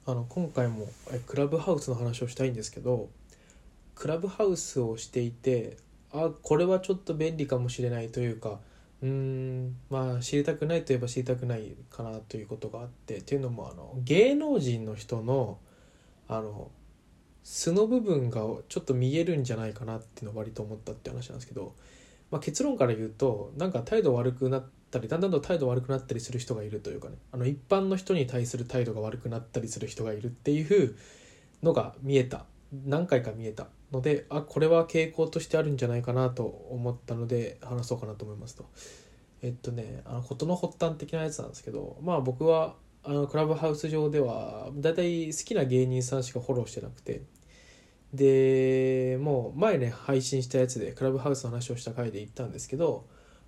今回もクラブハウスの話をしたいんですけど、クラブハウスをしていて、これはちょっと便利かもしれないというか、まあ知りたくないといえば知りたくないかなということがあって、っていうのも芸能人の人のあの素の部分がちょっと見えるんじゃないかなっていうのを割と思ったって話なんですけど、結論から言うと、なんか態度悪くなったり、だんだんと態度悪くなったりする人がいるというかね、一般の人に対する態度が悪くなったりする人がいるっていうのが何回か見えたので、これは傾向としてあるんじゃないかなと思ったので話そうかなと思いますと。事の発端的なやつなんですけど、僕はクラブハウス上ではだいたい好きな芸人さんしかフォローしてなくて、でもう前ね配信したやつでクラブハウスの話をした回で言ったんですけど、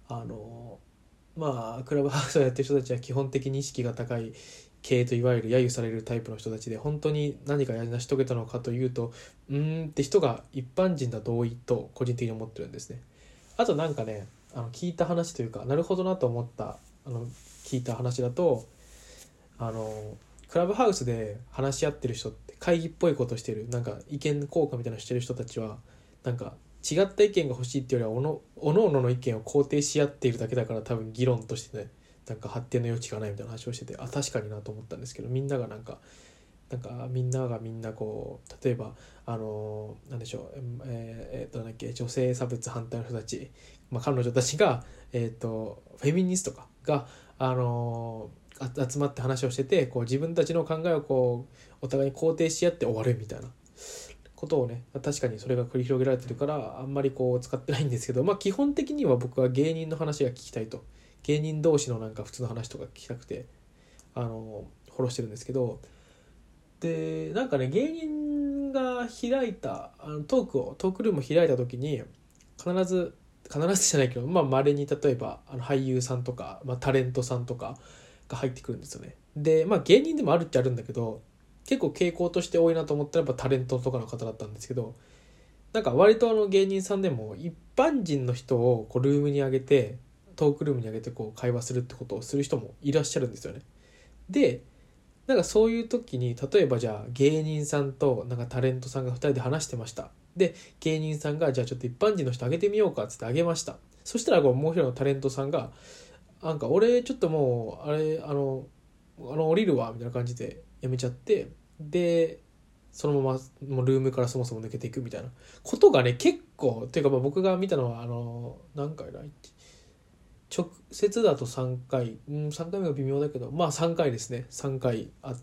クラブハウスをやってる人たちは基本的に意識が高い系といわゆる揶揄されるタイプの人たちで、本当に何か成し遂げたのかというとって人が一般人だと多いと個人的に思ってるんですね。あとなんかね、聞いた話というか、なるほどなと思った聞いた話だと、クラブハウスで話し合ってる人って会議っぽいことしてる、なんか意見交換みたいなのしてる人たちは、なんか違った意見が欲しいっていうよりはおのおのの意見を肯定し合っているだけだから、多分議論としてね、なんか発展の余地がないみたいな話をしてて、確かになと思ったんですけど、みんながみんなこう、例えばなんでしょう、なんだっけ、女性差別反対の人たち、彼女たちがフェミニストが集まって話をしてて、こう自分たちの考えをこうお互いに肯定し合って終わるみたいなことをね、確かにそれが繰り広げられてるからあんまりこう使ってないんですけど、基本的には僕は芸人の話が聞きたいと、芸人同士のなんか普通の話とか聞きたくてフォローしてるんですけど、でなんかね、芸人が開いたトークルームを開いた時に必ずじゃないけど、稀に例えば俳優さんとか、タレントさんとかが入ってくるんですよね。で芸人でもあるっちゃあるんだけど、結構傾向として多いなと思ったらやっぱタレントとかの方だったんですけど、なんか割と芸人さんでも一般人の人をこうルームに上げて、トークルームに上げてこう会話するってことをする人もいらっしゃるんですよね。でなんかそういう時に、例えばじゃあ芸人さんとなんかタレントさんが2人で話してました。で芸人さんがじゃあちょっと一般人の人上げてみようかっつって上げました。そしたらこうもう一人のタレントさんが、なんか俺ちょっともう降りるわみたいな感じでやめちゃって、でそのままもうルームからそもそも抜けていくみたいなことがね、結構っていうか、僕が見たのは何回だ、直接だと3回、3回目が微妙だけど、3回ですね、3回あって、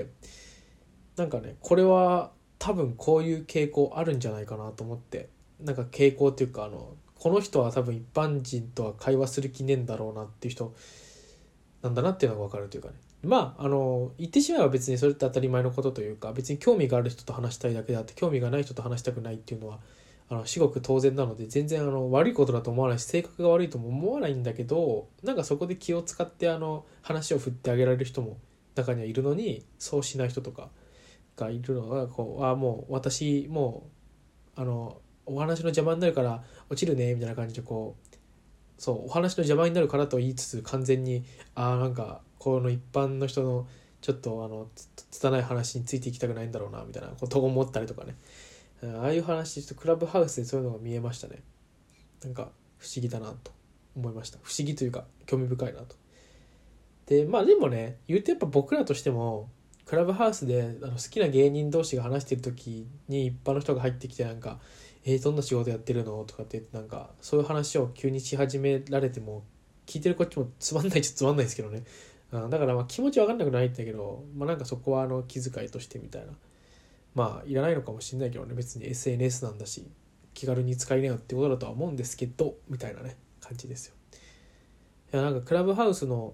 なんかね、これは多分こういう傾向あるんじゃないかなと思って、なんか傾向っていうか、この人は多分一般人とは会話する気ねえんだろうなっていう人なんだなっていうのが分かるというかね。言ってしまえば別にそれって当たり前のことというか、別に興味がある人と話したいだけであって、興味がない人と話したくないっていうのは至極当然なので、全然悪いことだと思わないし、性格が悪いとも思わないんだけど、なんかそこで気を使って話を振ってあげられる人も中にはいるのに、そうしない人とかがいるのが、こうもう私もうお話の邪魔になるから落ちるねみたいな感じで、こうそうお話の邪魔になるからと言いつつ、完全になんかこの一般の人のちょっと拙い話についていきたくないんだろうなみたいなことを思ったりとかね。ああいう話、ちょっとクラブハウスでそういうのが見えましたね。なんか不思議だなと思いました。不思議というか興味深いなと。ででもね、言うとやっぱ僕らとしてもクラブハウスで好きな芸人同士が話してる時に一般の人が入ってきて、なんかどんな仕事やってるのとかって言って、なんかそういう話を急にし始められても、聞いてるこっちもつまんないっちゃつまんないですけどね。だから気持ちわかんなくないんだけど、なんかそこは気遣いとしてみたいな、いらないのかもしれないけどね、別に SNS なんだし気軽に使いなよってことだとは思うんですけど、みたいなね感じですよ。いやなんかクラブハウスの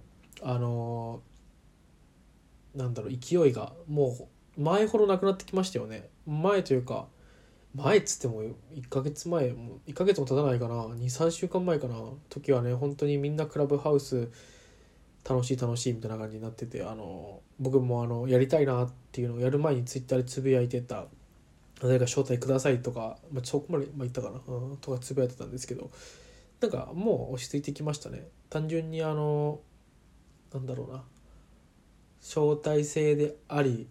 なんだろう、勢いがもう前ほどなくなってきましたよね。前というか、前っつっても1ヶ月前、もう1ヶ月も経たないかな、2、3週間前かな時はね、本当にみんなクラブハウス楽しい楽しいみたいな感じになってて、僕もやりたいなっていうのをやる前にツイッターでつぶやいてた、誰か招待くださいとか、そこまで言ったかな、とかつぶやいてたんですけど、なんかもう落ち着いてきましたね。単純になんだろうな、招待制であり、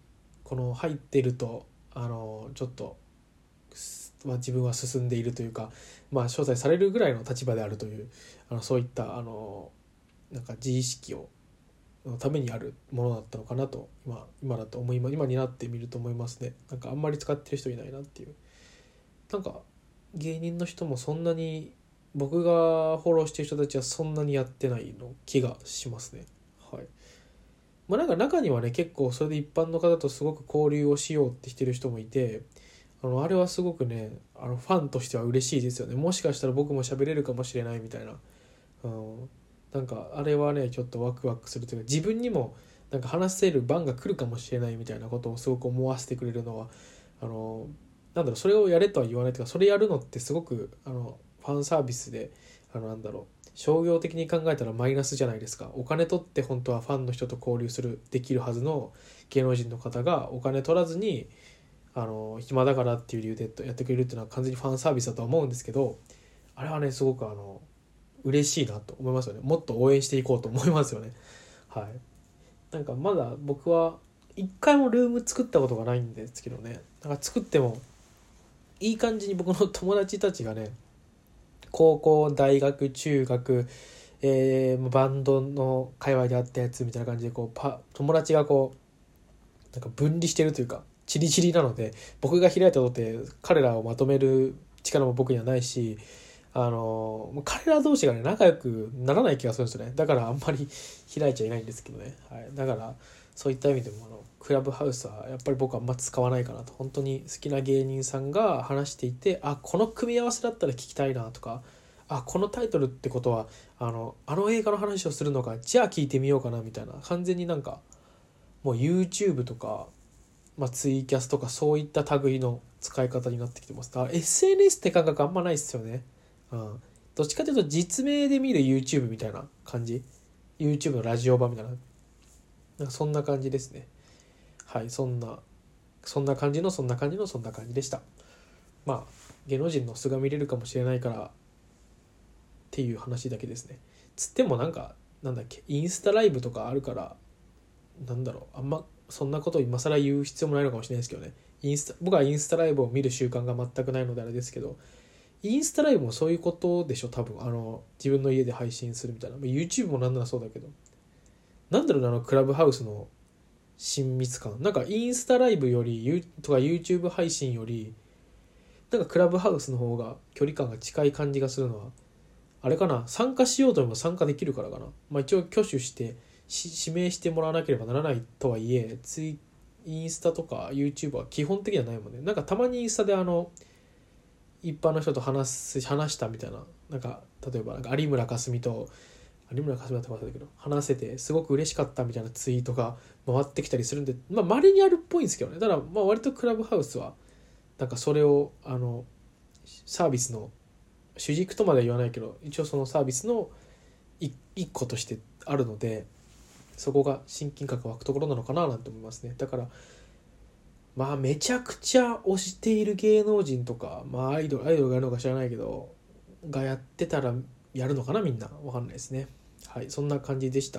この入ってるとちょっと、自分は進んでいるというか、招待されるぐらいの立場であるという、そういったなんか自意識のためにあるものだったのかなと今だと今になってみると思いますね。なんかあんまり使ってる人いないなっていう。なんか芸人の人もそんなに、僕がフォローしてる人たちはそんなにやってないの気がしますね。はい。なんか中にはね、結構それで一般の方とすごく交流をしようってしてる人もいて、あれはすごくね、ファンとしては嬉しいですよね。もしかしたら僕も喋れるかもしれないみたいな、なんかあれはねちょっとワクワクするというか、自分にもなんか話せる番が来るかもしれないみたいなことをすごく思わせてくれるのは、なんだろう、それをやれとは言わないというか、それやるのってすごくファンサービスで、なんだろう、商業的に考えたらマイナスじゃないですか。お金取って本当はファンの人と交流できるはずの芸能人の方がお金取らずに暇だからっていう理由でやってくれるっていうのは完全にファンサービスだとは思うんですけど、あれはねすごく嬉しいなと思いますよね。もっと応援していこうと思いますよね。はい。なんかまだ僕は一回もルーム作ったことがないんですけどね、なんか作ってもいい感じに僕の友達たちがね、高校大学中学、バンドの界隈であったやつみたいな感じで友達がなんか分離してるというかチリチリなので、僕が開いたとって彼らをまとめる力も僕にはないし、彼ら同士がね仲良くならない気がするんですよね。だからあんまり開いちゃいないんですけどね。はい、だからそういった意味でもクラブハウスはやっぱり僕はあんま使わないかなと。本当に好きな芸人さんが話していて、この組み合わせだったら聞きたいなとか、このタイトルってことはあの映画の話をするのか、じゃあ聞いてみようかなみたいな、完全になんかもう YouTube とか、ツイキャスとかそういった類の使い方になってきてます。だから SNS って感覚あんまないっすよね。どっちかというと実名で見る YouTube みたいな感じ、 YouTube のラジオ版みたいな、なんかそんな感じですね。はい、そんな感じのそんな感じでした。芸能人の素が見れるかもしれないからっていう話だけですね。つってもなんだっけ、インスタライブとかあるから、あんまそんなことを今更言う必要もないのかもしれないですけどね。僕はインスタライブを見る習慣が全くないのであれですけど、インスタライブもそういうことでしょ多分。自分の家で配信するみたいな、YouTube もなんならそうだけど、クラブハウスの親密感、なんかインスタライブよりとか YouTube 配信よりなんかクラブハウスの方が距離感が近い感じがするのは、あれかな、参加しようと思えば参加できるからかな。一応挙手して指名してもらわなければならないとはいえ、インスタとか YouTube は基本的にはないもんね。なんかたまにインスタで一般の人と話したみたいな、なんか例えば有村架純だったか忘れたけど話せてすごく嬉しかったみたいなツイートが回ってきたりするんで、稀にあるっぽいんですけどね。ただ割とクラブハウスはなんかそれをサービスの主軸とまでは言わないけど、一応そのサービスの一個としてあるので、そこが親近感が湧くところなのかななんて思いますね。だからめちゃくちゃ推している芸能人とか、アイドルがやるのか知らないけどがやってたらやるのかな、みんなわかんないですね。はい、そんな感じでした。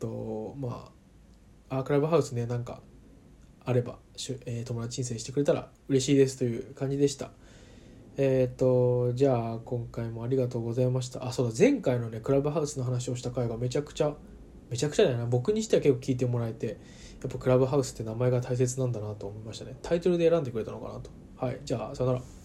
クラブハウスね、なんかあれば友達申請してくれたら嬉しいですという感じでした。じゃあ今回もありがとうございました。そうだ、前回のねクラブハウスの話をした回がめちゃくちゃだよな、僕にしては結構聞いてもらえて、やっぱクラブハウスって名前が大切なんだなと思いましたね。タイトルで選んでくれたのかなと。はい、じゃあさよなら。